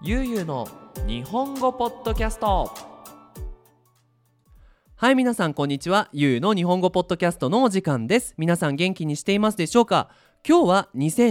ゆうゆうの日本語ポッドキャスト。はい、皆さんこんにちは。ゆうゆうの日本語ポッドキャストのお時間です。皆さん元気にしていますでしょうか？今日は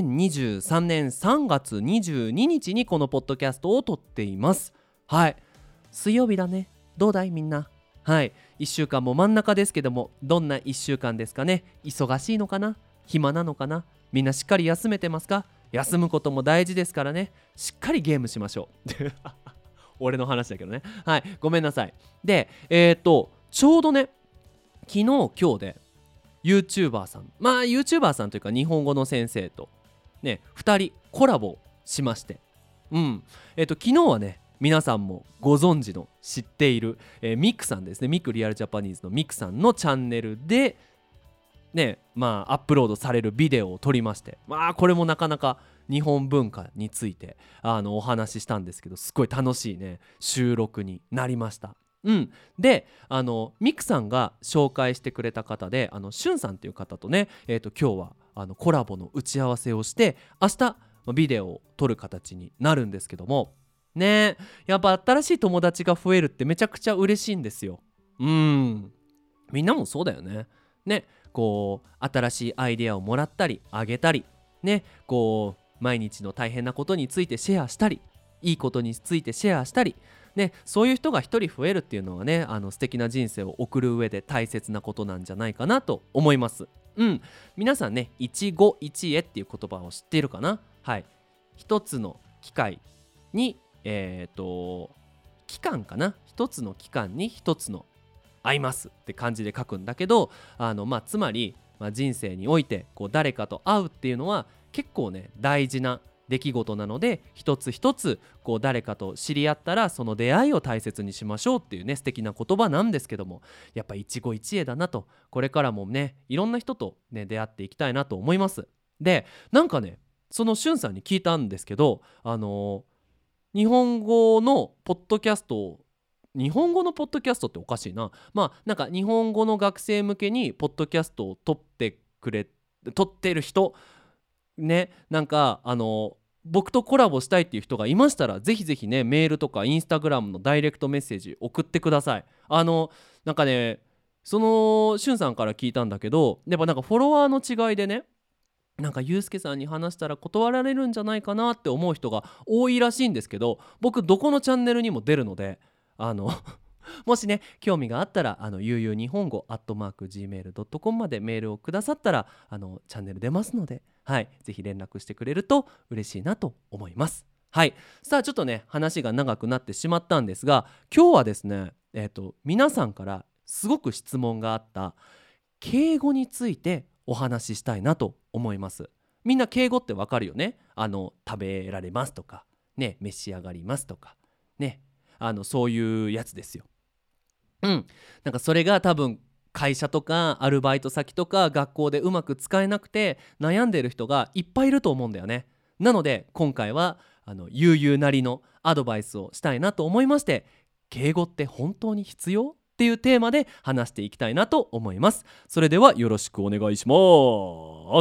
2023年3月22日にこのポッドキャストを撮っています。はい、水曜日だね。どうだいみんな。はい、1週間も真ん中ですけども、どんな1週間ですかね。忙しいのかな、暇なのかな。みんなしっかり休めてますか？休むことも大事ですからね。しっかりゲームしましょう俺の話だけどね。はい、ごめんなさい。でちょうどね、昨日今日で YouTuber さん、YouTuber さんというか日本語の先生とね2人コラボしまして、昨日はね、皆さんもご存知の知っている、ミクさんですね。ミクリアルジャパニーズのミクさんのチャンネルでね、アップロードされるビデオを撮りまして、これもなかなか日本文化についてお話ししたんですけど、すごい楽しいね収録になりました。でミクさんが紹介してくれた方でしゅんさんっていう方とね、今日はコラボの打ち合わせをして明日ビデオを撮る形になるんですけどもね、やっぱ新しい友達が増えるってめちゃくちゃ嬉しいんですよ。みんなもそうだよね。こう新しいアイデアをもらったりあげたりね、こう毎日の大変なことについてシェアしたり、いいことについてシェアしたりね、そういう人が一人増えるっていうのはね、素敵な人生を送る上で大切なことなんじゃないかなと思います。皆さんね、一期一会っていう言葉を知っているかな？はい、一つの機会に期間かな、一つの期間に一つの会いますって感じで書くんだけど、つまり、人生においてこう誰かと会うっていうのは結構ね大事な出来事なので、一つ一つこう誰かと知り合ったらその出会いを大切にしましょうっていうね素敵な言葉なんですけども、やっぱ一期一会だなと、これからもねいろんな人とね出会っていきたいなと思います。でなんかね、そのしゅんさんに聞いたんですけど、日本語のポッドキャストを日本語のポッドキャストっておかしいな。なんか日本語の学生向けにポッドキャストを撮ってる人ね、なんか僕とコラボしたいっていう人がいましたら、ぜひぜひねメールとかインスタグラムのダイレクトメッセージ送ってください。なんかね、そのしゅんさんから聞いたんだけど、やっぱなんかフォロワーの違いでね、なんかゆうすけさんに話したら断られるんじゃないかなって思う人が多いらしいんですけど、僕どこのチャンネルにも出るので、もしね興味があったらゆうゆう日本語@gmail.com までメールをくださったらチャンネル出ますので、はい、ぜひ連絡してくれると嬉しいなと思います。はい、さあちょっとね話が長くなってしまったんですが、今日はですね皆さんからすごく質問があった敬語についてお話ししたいなと思います。みんな敬語ってわかるよね。食べられますとかね、召し上がりますとかね、そういうやつですよ。なんかそれが多分会社とかアルバイト先とか学校でうまく使えなくて悩んでる人がいっぱいいると思うんだよね。なので今回はゆうゆうなりのアドバイスをしたいなと思いまして、敬語って本当に必要っていうテーマで話していきたいなと思います。それではよろしくお願いします。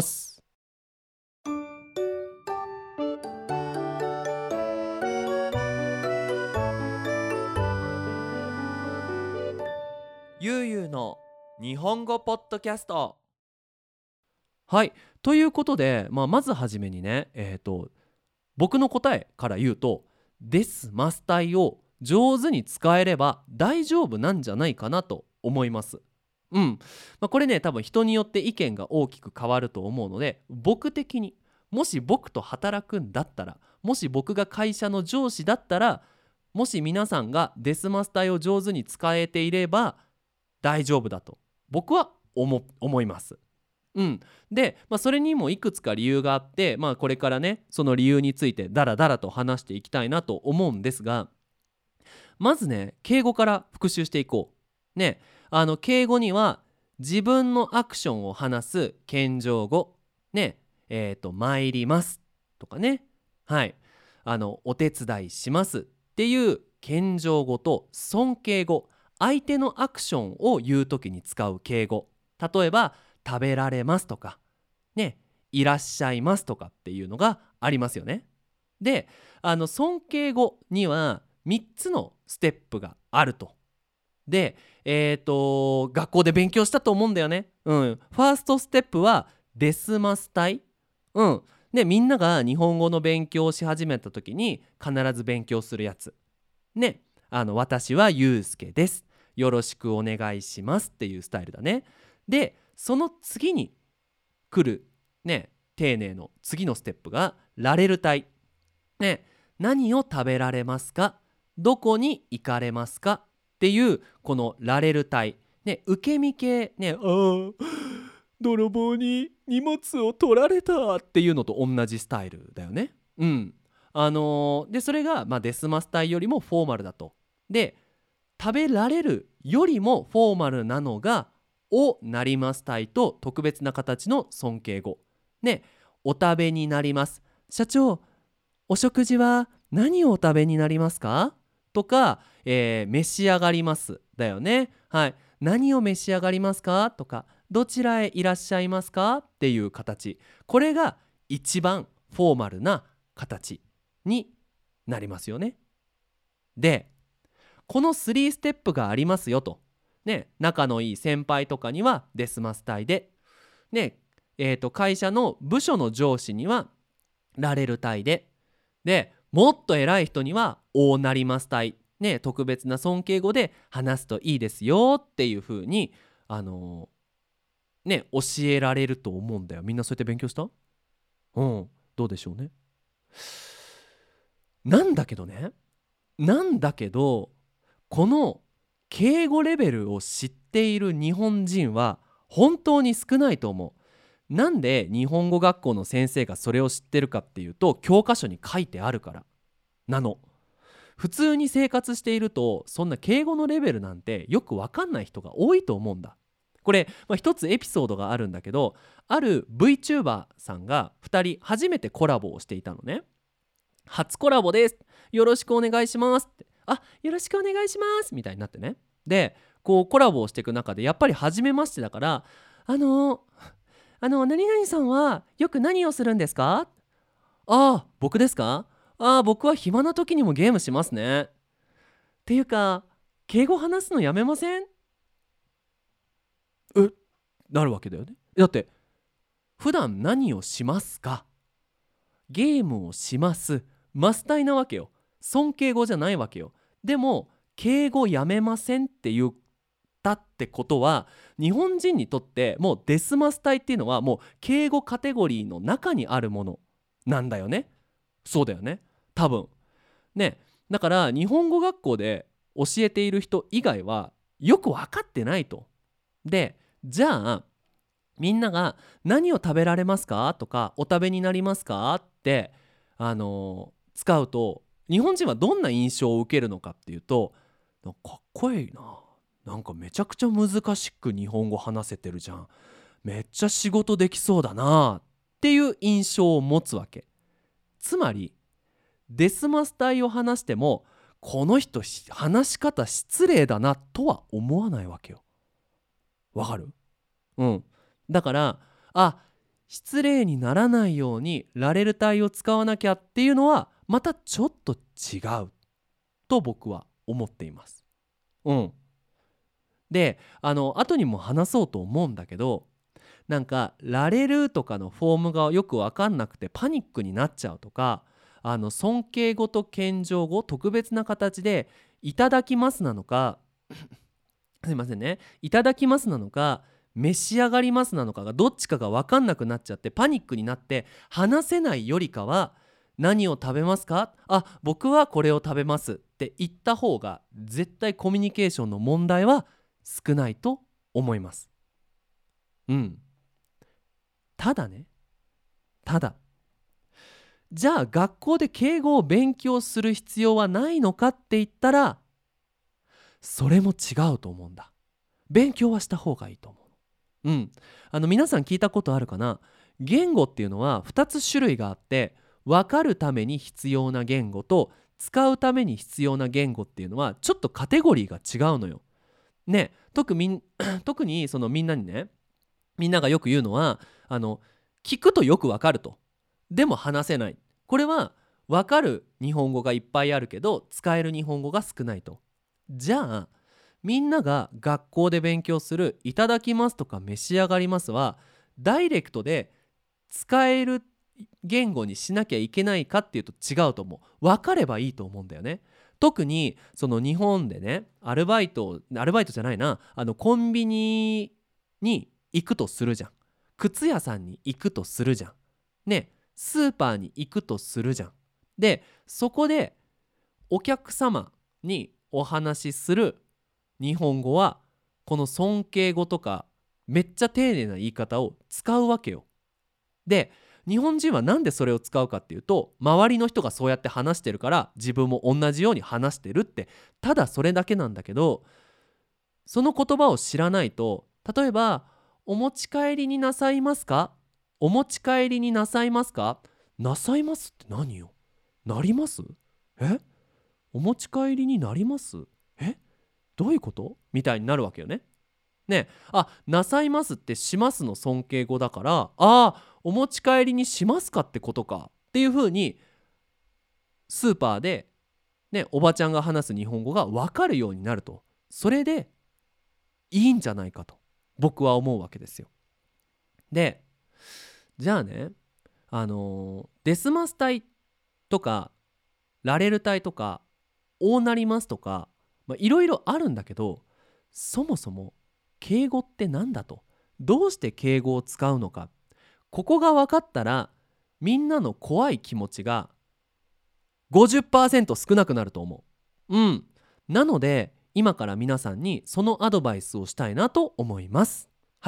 ゆうゆうの日本語ポッドキャスト。はい、ということで、まずはじめにね、僕の答えから言うと、ですますたいを上手に使えれば大丈夫なんじゃないかなと思います。これね多分人によって意見が大きく変わると思うので、僕的にもし僕と働くんだったら、もし僕が会社の上司だったら、もし皆さんがデスマスタイを上手に使えていれば大丈夫だと僕は思います。で、それにもいくつか理由があって、これからねその理由についてダラダラと話していきたいなと思うんですが、まずね敬語から復習していこうね。敬語には自分のアクションを話す謙譲語ね、参りますとかね、はい、お手伝いしますっていう謙譲語と尊敬語、相手のアクションを言うときに使う敬語、例えば食べられますとかね、いらっしゃいますとかっていうのがありますよね。 で尊敬語には3つのステップがあると。で学校で勉強したと思うんだよね。ファーストステップはデスマスタイ。でみんなが日本語の勉強をし始めた時に必ず勉強するやつね。私はゆうすけです、よろしくお願いしますっていうスタイルだね。でその次に来るね、丁寧の次のステップがラレルタイね。何を食べられますか、どこに行かれますかっていうこのラレルタイね、受け身系ね。泥棒に荷物を取られたっていうのと同じスタイルだよね。でそれが、デスマスタイよりもフォーマルだと。で食べられるよりもフォーマルなのがおなりますタイと特別な形の尊敬語ね。お食べになります、社長お食事は何をお食べになりますかとか、召し上がりますだよね。はい、何を召し上がりますかとか、どちらへいらっしゃいますかっていう形、これが一番フォーマルな形になりますよね。でこの3ステップがありますよとね。仲のいい先輩とかにはデスマスタイでね、会社の部署の上司にはラレルタイで、もっと偉い人にはオーなりますタイね、特別な尊敬語で話すといいですよっていう風に教えられると思うんだよ。みんなそうやって勉強した？どうでしょうね。なんだけどこの敬語レベルを知っている日本人は本当に少ないと思う。なんで日本語学校の先生がそれを知ってるかっていうと、教科書に書いてあるからなの。普通に生活しているとそんな敬語のレベルなんてよく分かんない人が多いと思うんだ。これ、一つエピソードがあるんだけど、ある VTuber さんが2人初めてコラボをしていたのね。初コラボです、よろしくお願いしますって、よろしくお願いしますみたいになってね。でこうコラボをしていく中でやっぱり初めましてだから、何々さんはよく何をするんですか？僕ですか？僕は暇な時にもゲームしますね。っていうか敬語話すのやめません？なるわけだよね。だって普段何をしますか？ゲームをします、マスタイなわけよ。尊敬語じゃないわけよ。でも敬語やめませんって言ったってことは、日本人にとってもうデスマスタイっていうのはもう敬語カテゴリーの中にあるものなんだよね。そうだよね、多分ね。だから日本語学校で教えている人以外はよく分かってないと。でじゃあみんなが何を食べられますかとかお食べになりますかって使うと、日本人はどんな印象を受けるのかっていうと、かっこいいな、なんかめちゃくちゃ難しく日本語話せてるじゃん、めっちゃ仕事できそうだなっていう印象を持つわけ。つまりデスマスタイを話しても、この人話し方失礼だなとは思わないわけよ。わかる？だから失礼にならないようにラレルタイを使わなきゃっていうのはまたちょっと違うと僕は思っています。で後にも話そうと思うんだけど、なんかラレルとかのフォームがよく分かんなくてパニックになっちゃうとか、尊敬語と謙譲語特別な形でいただきますなのかすいませんね、いただきますなのか召し上がりますなのかがどっちかが分かんなくなっちゃってパニックになって話せないよりかは、何を食べますか？僕はこれを食べますって言った方が絶対コミュニケーションの問題は少ないと思います。ただじゃあ学校で敬語を勉強する必要はないのかって言ったら、それも違うと思うんだ。勉強はした方がいいと思う。皆さん聞いたことあるかな？言語っていうのは2つ種類があって、分かるために必要な言語と使うために必要な言語っていうのはちょっとカテゴリーが違うのよ。ね、特にそのみんなにね、みんながよく言うのは聞くとよく分かると、でも話せない。これは分かる日本語がいっぱいあるけど使える日本語が少ないと。じゃあみんなが学校で勉強するいただきますとか召し上がりますはダイレクトで使える言語にしなきゃいけないかっていうと違うと思う。分かればいいと思うんだよね。特にその日本でねアルバイトじゃないな、コンビニに行くとするじゃん。靴屋さんに行くとするじゃんね。スーパーに行くとするじゃん。でそこでお客様にお話しする日本語はこの尊敬語とかめっちゃ丁寧な言い方を使うわけよ。で日本人はなんでそれを使うかっていうと、周りの人がそうやって話してるから自分も同じように話してるって、ただそれだけなんだけど、その言葉を知らないと、例えばお持ち帰りになさいますか、お持ち帰りになさいますか、なさいますって何よ、なります、え、お持ち帰りになります、え、どういうことみたいになるわけよね。ね、あ、なさいますってしますの尊敬語だから、お持ち帰りにしますかってことかっていう風にスーパーでね、おばちゃんが話す日本語が分かるようになると、それでいいんじゃないかと僕は思うわけですよ。でじゃあね、デスマス隊とかラレル隊とかオーナリマスとかいろいろあるんだけど、そもそも敬語ってなんだと、どうして敬語を使うのか、ここが分かったらみんなの怖い気持ちが 50% 少なくなると思う。なので今から皆さんにそのアドバイスをしたいなと思います。はい。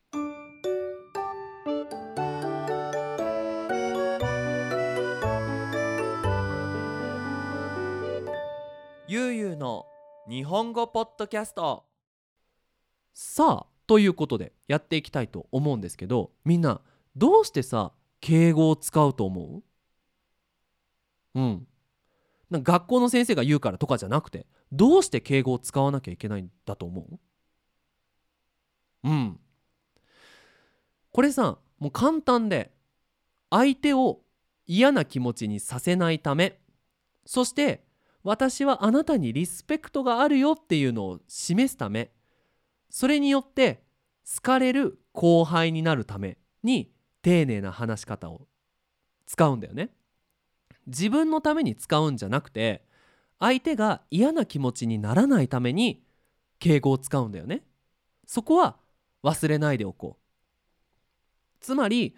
ゆうゆうの日本語ポッドキャスト。さあということでやっていきたいと思うんですけど、みんなどうしてさ敬語を使うと思う？なんか学校の先生が言うからとかじゃなくて、どうして敬語を使わなきゃいけないんだと思う？これさもう簡単で、相手を嫌な気持ちにさせないため、そして私はあなたにリスペクトがあるよっていうのを示すため、それによって好かれる後輩になるために丁寧な話し方を使うんだよね。自分のために使うんじゃなくて、相手が嫌な気持ちにならないために敬語を使うんだよね。そこは忘れないでおこう。つまり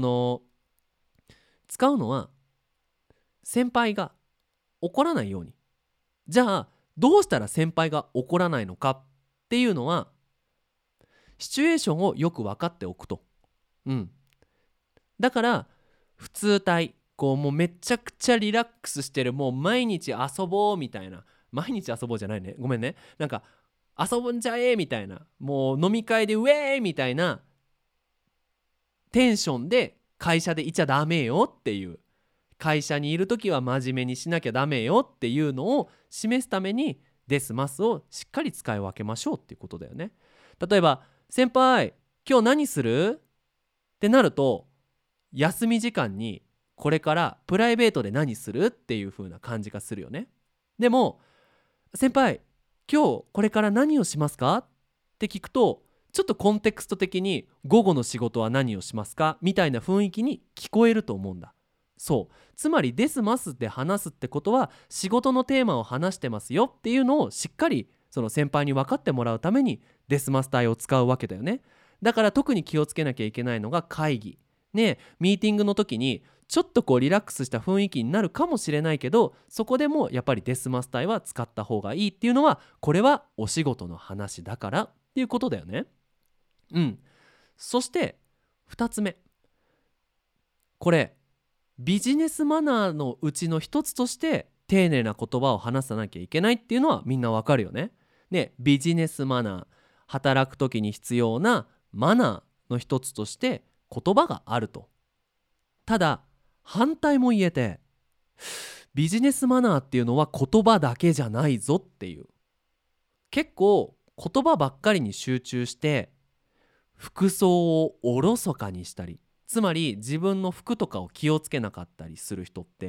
使うのは先輩が怒らないように。じゃあどうしたら先輩が怒らないのかっていうのは、シチュエーションをよく分かっておくと。だから普通体、こうもうめちゃくちゃリラックスしてる、もう毎日遊ぼうみたいな、毎日遊ぼうじゃないね、ごめんね、なんか遊ぶんじゃえみたいな、もう飲み会でウェーみたいなテンションで会社でいちゃダメよっていう、会社にいる時は真面目にしなきゃダメよっていうのを示すためにデスマスをしっかり使い分けましょうっていうことだよね。例えば先輩今日何するってなると、休み時間にこれからプライベートで何するっていう風な感じがするよね。でも先輩今日これから何をしますかって聞くと、ちょっとコンテクスト的に午後の仕事は何をしますかみたいな雰囲気に聞こえると思うんだ。そう、つまりデスマスで話すってことは仕事のテーマを話してますよっていうのをしっかりその先輩に分かってもらうためにデスマス体を使うわけだよね。だから特に気をつけなきゃいけないのが会議ね、ミーティングの時にちょっとこうリラックスした雰囲気になるかもしれないけど、そこでもやっぱりデスマス体は使った方がいいっていうのは、これはお仕事の話だからっていうことだよね。そして2つ目、これビジネスマナーのうちの一つとして丁寧な言葉を話さなきゃいけないっていうのはみんなわかるよね。でビジネスマナー、働く時に必要なマナーの一つとして言葉があると。ただ反対も言えて、ビジネスマナーっていうのは言葉だけじゃないぞっていう、結構言葉ばっかりに集中して服装をおろそかにしたり、つまり自分の服とかを気をつけなかったりする人って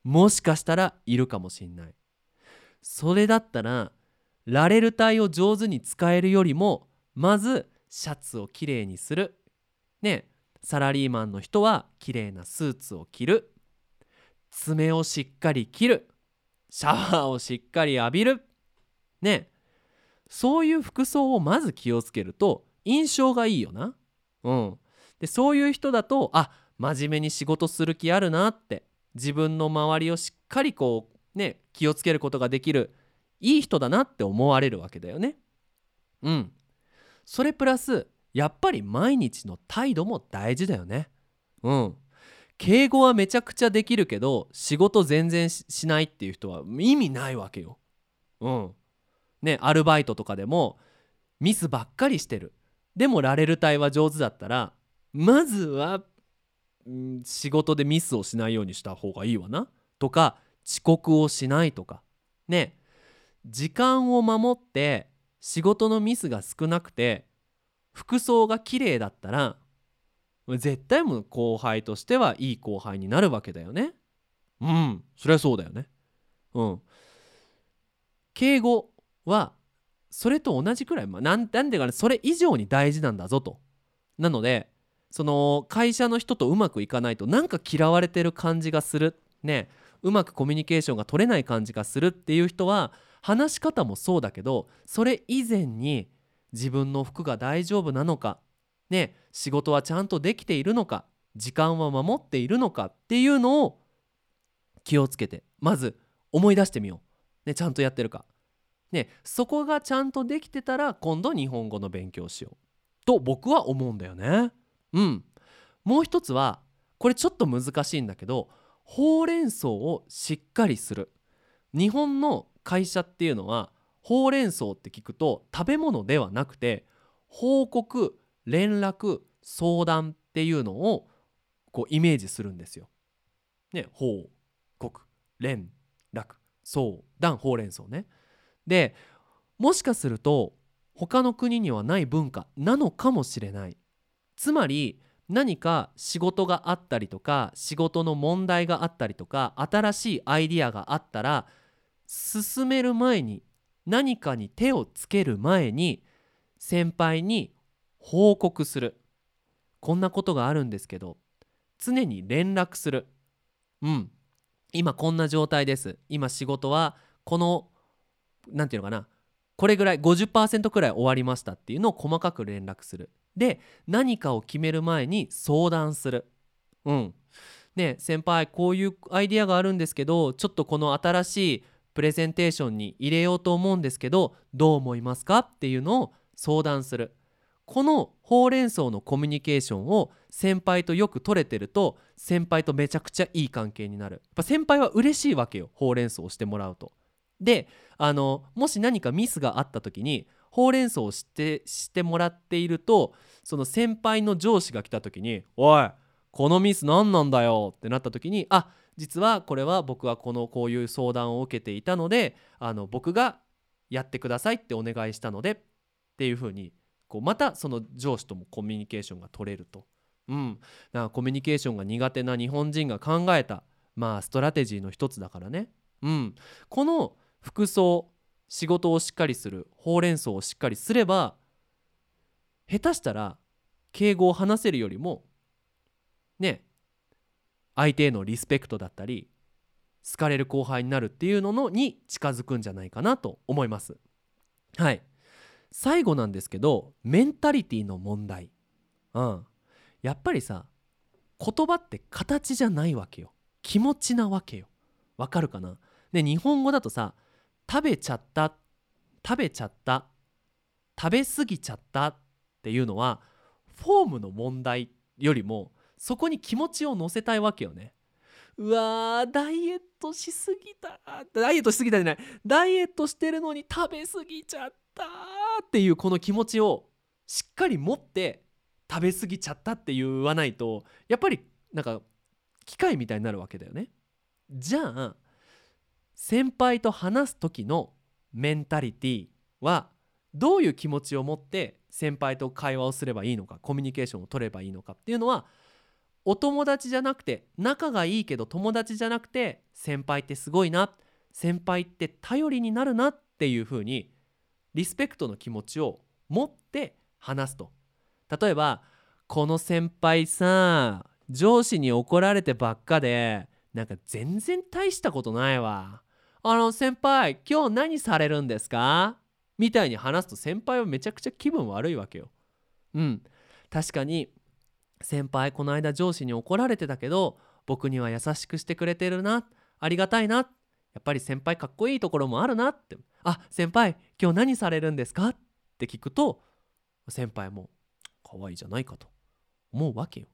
もしかしたらいるかもしんない。それだったらラレル体を上手に使えるよりも、まずシャツをきれいにするね。サラリーマンの人はきれいなスーツを着る、爪をしっかり切る、シャワーをしっかり浴びるね。そういう服装をまず気をつけると印象がいいよな。でそういう人だと、真面目に仕事する気あるなって、自分の周りをしっかり気をつけることができるいい人だなって思われるわけだよね。それプラスやっぱり毎日の態度も大事だよね。敬語はめちゃくちゃできるけど仕事全然 しないっていう人は意味ないわけよ。アルバイトとかでもミスばっかりしてる。でもラレル体は上手だったら、まずは仕事でミスをしないようにした方がいいわなとか、遅刻をしないとかね。時間を守って仕事のミスが少なくて服装が綺麗だったら、絶対もう後輩としてはいい後輩になるわけだよね。そりゃそうだよね。敬語はそれと同じくらい、なんでかね、それ以上に大事なんだぞと。なのでその会社の人とうまくいかないとなんか嫌われてる感じがするね、うまくコミュニケーションが取れない感じがするっていう人は、話し方もそうだけどそれ以前に自分の服が大丈夫なのかね、仕事はちゃんとできているのか、時間は守っているのかっていうのを気をつけてまず思い出してみよう、ちゃんとやってるかそこがちゃんとできてたら今度日本語の勉強しようと僕は思うんだよね。もう一つはこれちょっと難しいんだけど、ほうれん草をしっかりする。日本の会社っていうのはほうれん草って聞くと食べ物ではなくて、報告、連絡、相談っていうのをイメージするんですよ。報告、連絡、相談、ほうれん草ね。でもしかすると他の国にはない文化なのかもしれない。つまり何か仕事があったりとか、仕事の問題があったりとか、新しいアイディアがあったら進める前に、何かに手をつける前に先輩に報告する。こんなことがあるんですけど、常に連絡する。今こんな状態です。今仕事はこのなんていうのかな、これぐらい 50% くらい終わりましたっていうのを細かく連絡する。で何かを決める前に相談する。先輩こういうアイディアがあるんですけど、ちょっとこの新しいプレゼンテーションに入れようと思うんですけどどう思いますかっていうのを相談する。このほうれん草のコミュニケーションを先輩とよく取れてると、先輩とめちゃくちゃいい関係になる。やっぱ先輩は嬉しいわけよ、ほうれん草をしてもらうと。でもし何かミスがあった時にほうれん草をしてもらっていると、その先輩の上司が来た時に「おいこのミス何なんだよ」ってなった時に「実はこれは僕はこういう相談を受けていたので僕がやってくださいってお願いしたので」っていう風にまたその上司ともコミュニケーションが取れると。だからコミュニケーションが苦手な日本人が考えたストラテジーの一つだからね。この服装、仕事をしっかりする、ほうれん草をしっかりすれば、下手したら敬語を話せるよりも相手へのリスペクトだったり好かれる後輩になるっていうのに近づくんじゃないかなと思います。最後なんですけど、メンタリティの問題。やっぱりさ、言葉って形じゃないわけよ、気持ちなわけよ。わかるかな。日本語だとさ、食べちゃった、食べちゃった、食べ過ぎちゃったっていうのはフォームの問題よりもそこに気持ちを乗せたいわけよね。うわー、ダイエットしすぎた、ダイエットしすぎたじゃない、ダイエットしてるのに食べ過ぎちゃったっていうこの気持ちをしっかり持って食べ過ぎちゃったって言わないと、やっぱりなんか機械みたいになるわけだよね。じゃあ先輩と話す時のメンタリティはどういう気持ちを持って先輩と会話をすればいいのか、コミュニケーションを取ればいいのかっていうのはお友達じゃなくて、仲がいいけど友達じゃなくて、先輩ってすごいな、先輩って頼りになるなっていう風にリスペクトの気持ちを持って話すと。例えば、この先輩さ、上司に怒られてばっかでなんか全然大したことないわ。先輩今日何されるんですか、みたいに話すと、先輩はめちゃくちゃ気分悪いわけよ。確かに先輩この間上司に怒られてたけど、僕には優しくしてくれてるな、ありがたいな、やっぱり先輩かっこいいところもあるなって。先輩今日何されるんですかって聞くと、先輩も可愛いじゃないかと思うわけよ。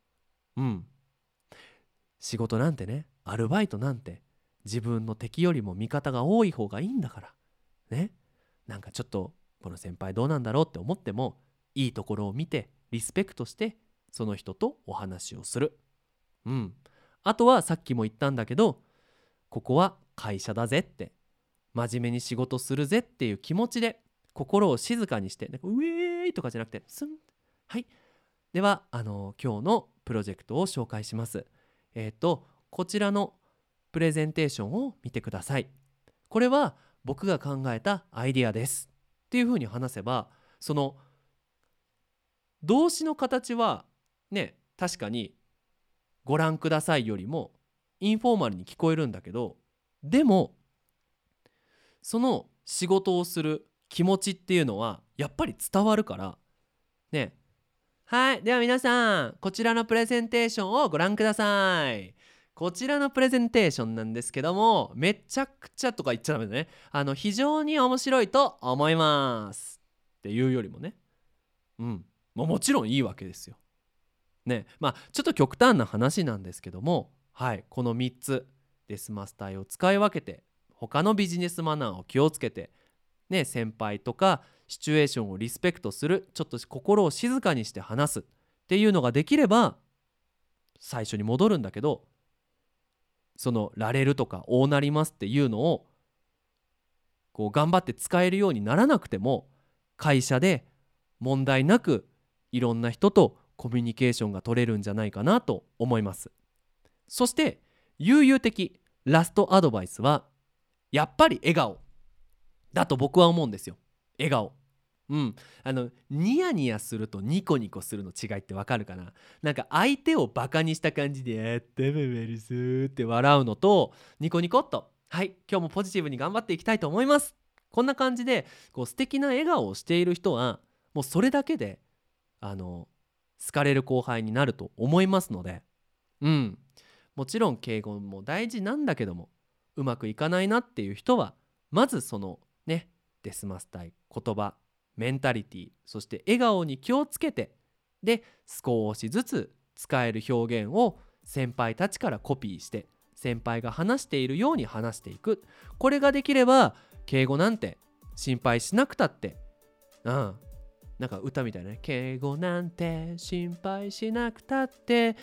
仕事なんてね、アルバイトなんて自分の敵よりも味方が多い方がいいんだからね。なんかちょっとこの先輩どうなんだろうって思っても、いいところを見てリスペクトしてその人とお話をする。あとはさっきも言ったんだけど、ここは会社だぜって、真面目に仕事するぜっていう気持ちで心を静かにして、なんかウェーイとかじゃなくて、スン、はい、では今日のプロジェクトを紹介します。こちらのプレゼンテーションを見てください。これは僕が考えたアイディアですっていうふうに話せば、その動詞の形はね、確かにご覧くださいよりもインフォーマルに聞こえるんだけど、でもその仕事をする気持ちっていうのはやっぱり伝わるからね。はい、では皆さんこちらのプレゼンテーションをご覧ください。こちらのプレゼンテーションなんですけども、めちゃくちゃとか言っちゃダメだね。非常に面白いと思いますっていうよりもね、もちろんいいわけですよね。ちょっと極端な話なんですけども、この3つデスマスタイを使い分けて、他のビジネスマナーを気をつけてね、先輩とかシチュエーションをリスペクトする、ちょっと心を静かにして話すっていうのができれば、最初に戻るんだけど、そのラレルとかおうなりますっていうのをこう頑張って使えるようにならなくても、会社で問題なくいろんな人とコミュニケーションが取れるんじゃないかなと思います。そして悠々的ラストアドバイスは、やっぱり笑顔だと僕は思うんですよ。笑顔。ニヤニヤするとニコニコするの違いってわかるかな。なんか相手をバカにした感じでやっためめるすーって笑うのと、ニコニコっと、はい今日もポジティブに頑張っていきたいと思います、こんな感じでこう素敵な笑顔をしている人は、もうそれだけで好かれる後輩になると思いますので、もちろん敬語も大事なんだけども、うまくいかないなっていう人は、まずそのね、デスマスタイ、言葉、メンタリティ、そして笑顔に気をつけて、で少しずつ使える表現を先輩たちからコピーして、先輩が話しているように話していく。これができれば敬語なんて心配しなくたって、なんか歌みたいなね、敬語なんて心配しなくたって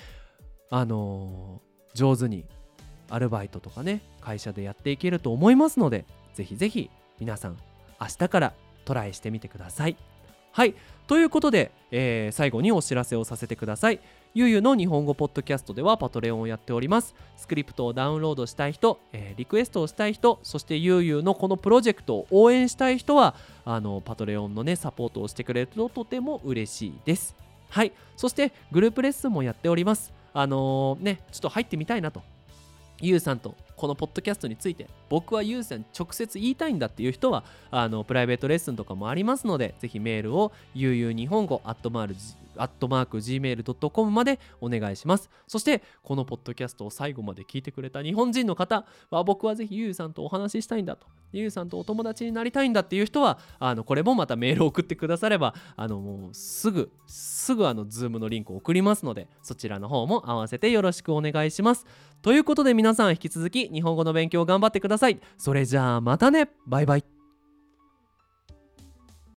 上手にアルバイトとかね、会社でやっていけると思いますので、ぜひぜひ皆さん明日からトライしてみてください。ということで、最後にお知らせをさせてください。ゆうゆうの日本語ポッドキャストではパトレオンをやっております。スクリプトをダウンロードしたい人、リクエストをしたい人、そしてゆうゆうのこのプロジェクトを応援したい人はパトレオンのねサポートをしてくれるととても嬉しいです。そしてグループレッスンもやっております。ちょっと入ってみたいなと、ゆうさんとこのポッドキャストについて僕はゆうさんに直接言いたいんだっていう人はプライベートレッスンとかもありますので、ぜひメールをゆうゆう日本語@gmail.com までお願いします。そしてこのポッドキャストを最後まで聞いてくれた日本人の方は、僕はぜひゆうさんとお話ししたいんだと、ゆうさんとお友達になりたいんだっていう人はこれもまたメールを送ってくださればもうすぐZoom のリンクを送りますので、そちらの方も合わせてよろしくお願いします。ということで皆さん引き続き日本語の勉強を頑張ってください。それじゃあまたね、バイバイ。